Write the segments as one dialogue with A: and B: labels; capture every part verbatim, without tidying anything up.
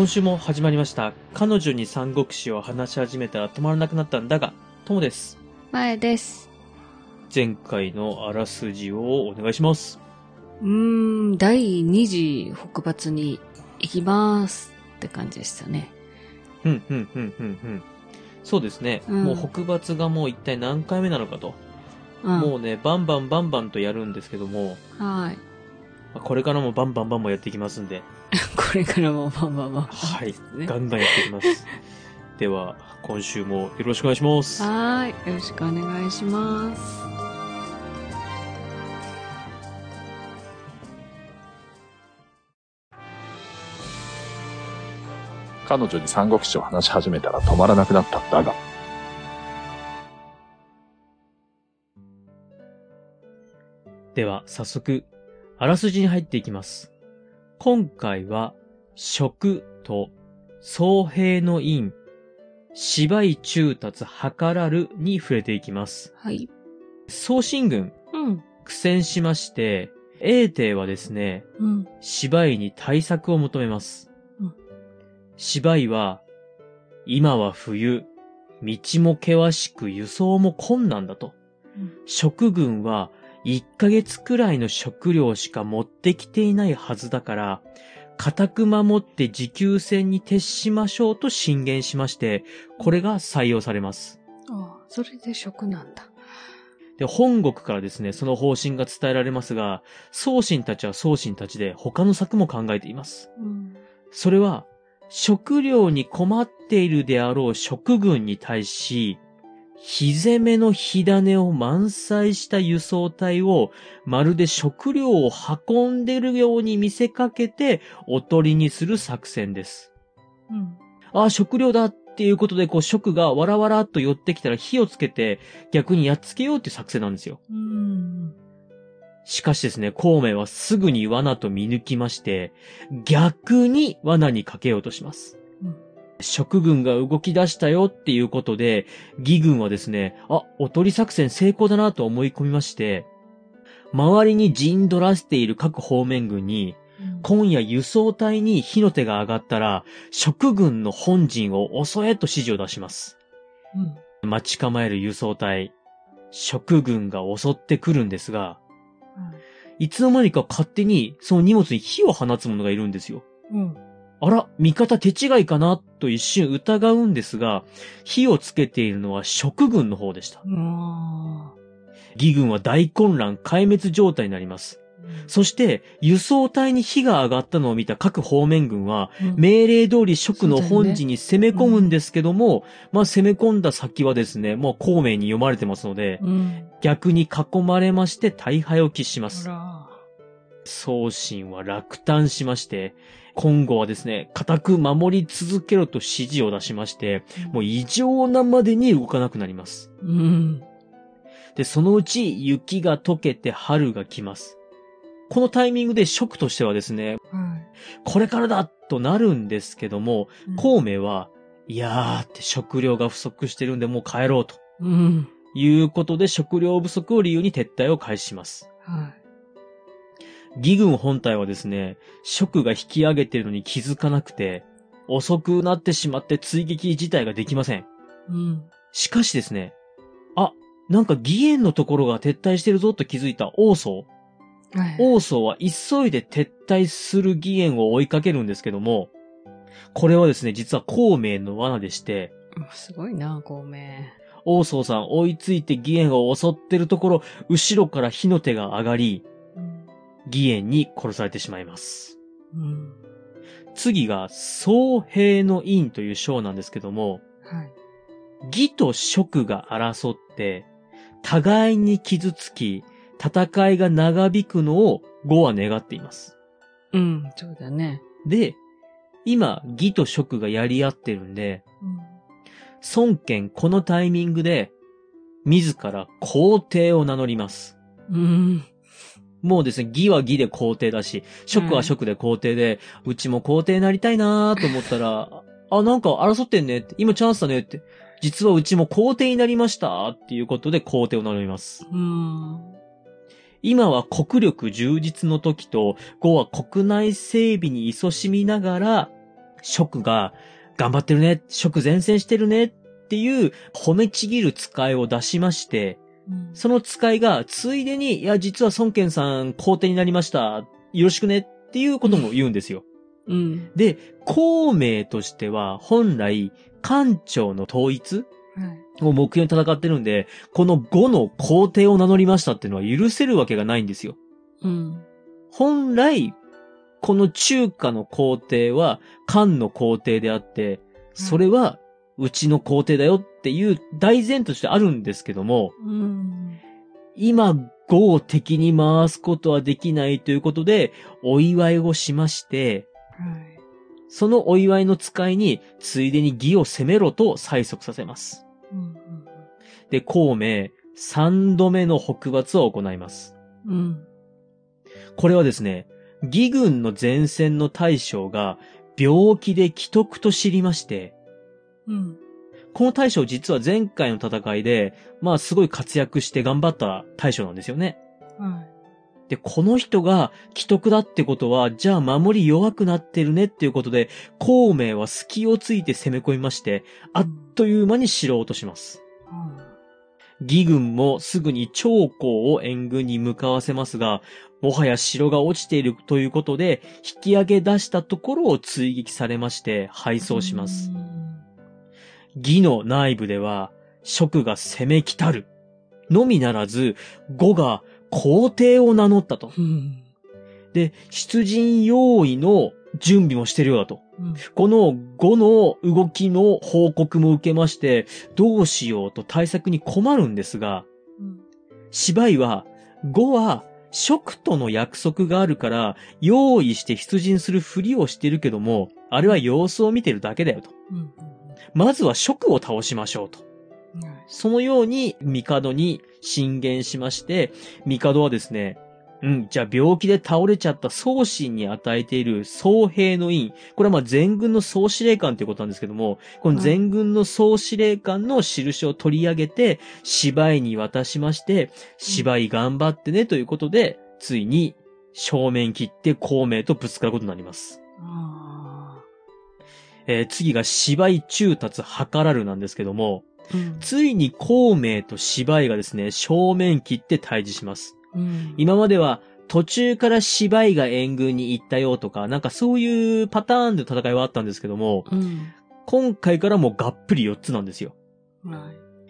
A: 今週も始まりました。彼女に三国志を話し始めたら止まらなくなったんだが、ともです。
B: 前です。
A: 前回のあらすじをお願いします。
B: うーん、第二次北伐に行きますって感じでしたね。
A: うん、うん、うん、うん、うん。そうですね。うん、もう北伐がもう一体何回目なのかと。うん、もうね、バンバンバンバンとやるんですけども。
B: はい。
A: これからもバンバンバンバンやっていきますんで。
B: これからもバンバンバンバン、
A: はい。ガンガンやっていきます。では、今週もよろしくお願いします。
B: はい。よろしくお願いします。
C: 彼女に三国志を話し始めたら止まらなくなったんだが。
A: では、早速、あらすじに入っていきます。今回は、食と僧兵の印、芝居中達計らるに触れていきます。
B: はい。
A: 宋新軍、うん、苦戦しまして、英帝はですね、うん、芝居に対策を求めます。うん、芝居は、今は冬、道も険しく輸送も困難だと。うん、食軍はいっかげつくらいの食料しか持ってきていないはずだから、固く守って持久戦に徹しましょうと進言しまして、これが採用されます。
B: ああ、それで食なんだ。
A: で、本国からですね、その方針が伝えられますが、宗信たちは宗信たちで他の策も考えています。うん、それは、食料に困っているであろう食軍に対し、火攻めの火種を満載した輸送隊をまるで食料を運んでるように見せかけておとりにする作戦です。うん。ああ、食料だっていうことでこう食がわらわらっと寄ってきたら火をつけて逆にやっつけようっていう作戦なんですよ。うん。しかしですね、孔明はすぐに罠と見抜きまして、逆に罠にかけようとします。食軍が動き出したよっていうことで、義軍はですね、あ、おとり作戦成功だなと思い込みまして、周りに陣取らせている各方面軍に、うん、今夜輸送隊に火の手が上がったら、食軍の本陣を襲えと指示を出します。うん、待ち構える輸送隊、食軍が襲ってくるんですが、うん、いつの間にか勝手にその荷物に火を放つ者がいるんですよ。うんあら、味方手違いかなと一瞬疑うんですが、火をつけているのは食軍の方でした。義軍は大混乱、壊滅状態になります。うん、そして、輸送隊に火が上がったのを見た各方面軍は、うん、命令通り食の本陣に攻め込むんですけども、ねうん、まあ攻め込んだ先はですね、もう孔明に読まれてますので、うん、逆に囲まれまして大敗を喫します。宗信は落胆しまして、今後はですね、固く守り続けろと指示を出しまして、もう異常なまでに動かなくなります。うん、で、そのうち雪が溶けて春が来ます。このタイミングで蜀としてはですね、うん、これからだとなるんですけども、うん、孔明は、いやーって食料が不足してるんでもう帰ろうと。うん、いうことで食料不足を理由に撤退を開始します。はい義軍本体はですね、蜀が引き上げてるのに気づかなくて、遅くなってしまって追撃自体ができません。うん。しかしですね、あ、なんか義援のところが撤退してるぞと気づいた王曹。はい、王曹は急いで撤退する義援を追いかけるんですけども、これはですね、実は孔明の罠でして、
B: すごいな、孔明。
A: 王曹さん追いついて義援を襲ってるところ、後ろから火の手が上がり、義援に殺されてしまいます。うん、次が、僧兵の印という章なんですけども、はい、義と蜀が争って、互いに傷つき、戦いが長引くのを呉は願っています。
B: うん、そうだね。
A: で、今、義と蜀がやり合ってるんで、うん、孫権このタイミングで、自ら皇帝を名乗ります。うんもうですね、義は義で皇帝だし、蜀は蜀で皇帝で、うん、うちも皇帝になりたいなーと思ったら、あ、なんか争ってんねって、今チャンスだねって、実はうちも皇帝になりましたっていうことで皇帝を名乗ります。うーん今は国力充実の時と、呉は国内整備に勤しみながら、 職が頑張ってるね、職前線してるねっていう褒めちぎる使いを出しまして、うん、その使いがついでに、いや実は孫権さん皇帝になりました。よろしくねっていうことも言うんですよ。うん、で、孔明としては本来漢朝の統一を目標に戦ってるんで、この呉の皇帝を名乗りましたっていうのは許せるわけがないんですよ。うん、本来、この中華の皇帝は漢の皇帝であって、それはうちの皇帝だよっていう大前としてあるんですけども、うん、今、呉を敵に回すことはできないということで、お祝いをしまして、はい、そのお祝いの使いに、ついでに義を攻めろと催促させます。うんうん、で、孔明、三度目の北伐を行います。うん、これはですね、義軍の前線の大将が病気で危篤と知りまして、うん、この大将実は前回の戦いで、まあすごい活躍して頑張った大将なんですよね。うん、で、この人が危篤だってことは、じゃあ守り弱くなってるねっていうことで、孔明は隙をついて攻め込みまして、あっという間に城を落とします。うん、義軍もすぐに長江を援軍に向かわせますが、もはや城が落ちているということで、引き上げ出したところを追撃されまして、敗走します。義の内部では、蜀が攻め来たる。のみならず、呉が皇帝を名乗ったと。うん、で、出陣用意の準備もしてるようだと。うん、この呉の動きの報告も受けまして、どうしようと対策に困るんですが、うん、芝居は、呉は、蜀との約束があるから、用意して出陣するふりをしてるけども、あれは様子を見てるだけだよと。うん、まずは蜀を倒しましょうと。うん、そのように、帝に進言しまして、帝はですね、うん、じゃあ病気で倒れちゃった宗信に与えている宗兵の印。これはまあ全軍の総司令官ということなんですけども、この全軍の総司令官の印を取り上げて、芝居に渡しまして、芝居頑張ってねということで、ついに正面切って孔明とぶつかることになります。えー、次が芝居中達図らるなんですけども、うん、ついに孔明と芝居がですね、正面切って対峙します。うん、今までは途中から芝居が援軍に行ったよとか、なんかそういうパターンで戦いはあったんですけども、うん、今回からもうがっぷりよっつなんですよ。はい、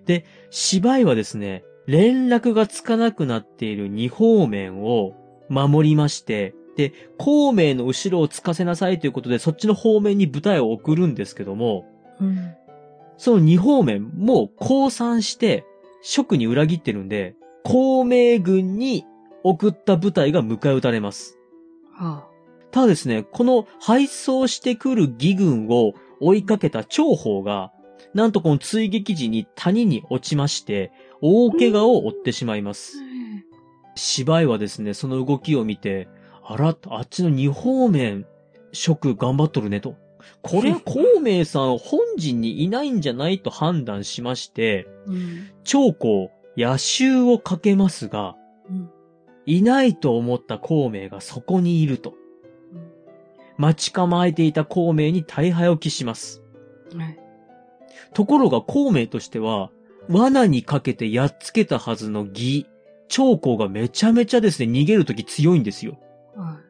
A: で、芝居はですね、連絡がつかなくなっている二方面を守りまして、で、孔明の後ろをつかせなさいということで、そっちの方面に部隊を送るんですけども、うん、その二方面も降参して、蜀に裏切ってるんで、孔明軍に送った部隊が迎え撃たれます。はあ、ただですね、この敗走してくる義軍を追いかけた張鳳が、なんとこの追撃時に谷に落ちまして、大怪我を負ってしまいます。芝居はですね、その動きを見て、あら、あっちの二方面、蜀頑張っとるねと。これは孔明さん本陣にいないんじゃないと判断しまして、うん、長江、夜襲をかけますが、うん、いないと思った孔明がそこにいると。うん、待ち構えていた孔明に大敗を喫します。はい、ところが孔明としては、罠にかけてやっつけたはずの義、長江がめちゃめちゃですね、逃げるとき強いんですよ。はい、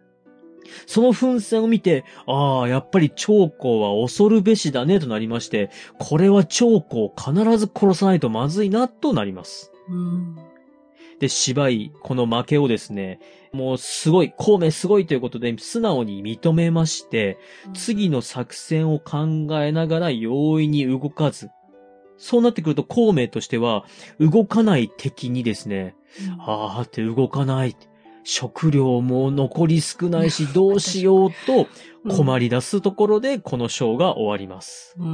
A: その奮戦を見て、ああ、やっぱり長江は恐るべしだねとなりまして、これは長江を必ず殺さないとまずいなとなります。うん、で、芝居、この負けをですね、もうすごい、孔明すごいということで素直に認めまして、うん、次の作戦を考えながら容易に動かず、そうなってくると孔明としては、動かない敵にですね、うん、あーって動かない。食料も残り少ないし、どうしようと困り出すところで、この章が終わります。うん、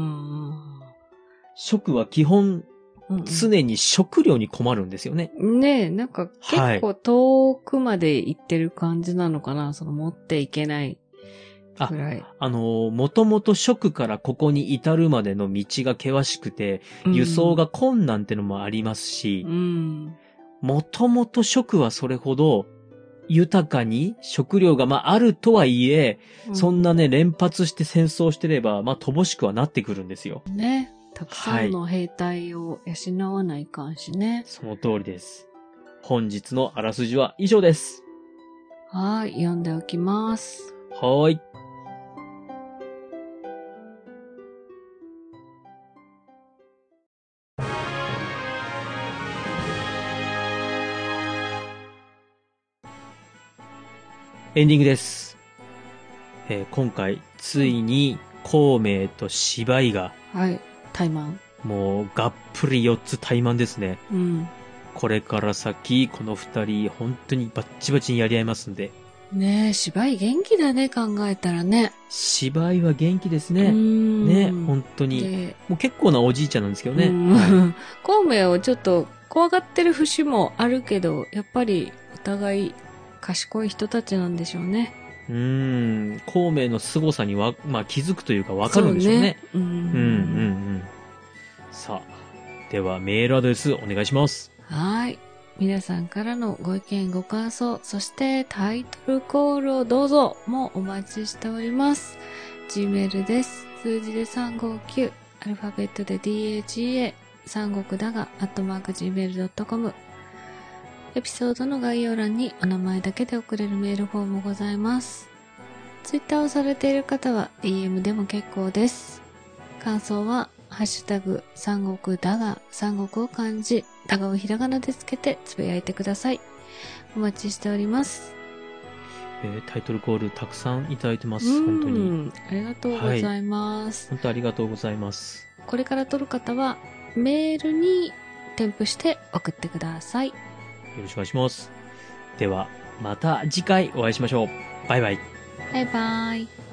A: 蜀は基本、常に食料に困るんですよね。
B: ねえ、なんか結構遠くまで行ってる感じなのかな、はい、その持っていけないくらい。
A: あ、あの、もともと蜀からここに至るまでの道が険しくて、輸送が困難ってのもありますし、もともと蜀はそれほど豊かに食料がまああるとはいえ、うん、そんなね、連発して戦争してれば、まあ乏しくはなってくるんですよ。
B: ね。たくさんの兵隊を養わないかんしね。はい、
A: その通りです。本日のあらすじは以上です。
B: はい、読んでおきます。
A: はい。エンディングです。えー、今回、ついに、孔明と芝居が。
B: はい、怠慢。
A: もう、がっぷりよっつ怠慢ですね。
B: うん。
A: これから先、この二人、本当にバッチバチにやり合いますんで。
B: ねえ、芝居元気だね、考えたらね。
A: 芝居は元気ですね。ね、本当に。もう結構なおじいちゃんなんですけどね。
B: はい、孔明をちょっと怖がってる節もあるけど、やっぱりお互い、賢い人たちなんでしょうね。
A: うーん、孔明の凄さには、まあ気づくというかわかるんでしょうね。
B: そうね。うん。うんうんうん。
A: さあ、ではメールアドレスお願いします。
B: はい。皆さんからのご意見ご感想、そしてタイトルコールをどうぞもお待ちしております。Gmail です。数字でさんごきゅう、アルファベットで ディーエージーエー、三国だが、アットマーク ジーメールドットコム。エピソードの概要欄にお名前だけで送れるメールフォームもございます。ツイッターをされている方は ディーエム でも結構です。感想は、ハッシュタグ、三国だが、三国を漢字、だがをひらがなでつけてつぶやいてください。お待ちしております。
A: えー、タイトルコールたくさんいただいてます。本当に。
B: ありがとうございます。
A: はい、本当ありがとうございます。
B: これから撮る方は、メールに添付して送ってください。
A: よろしくお願いします。では、また次回お会いしましょう。バイバイ。
B: バイバイ。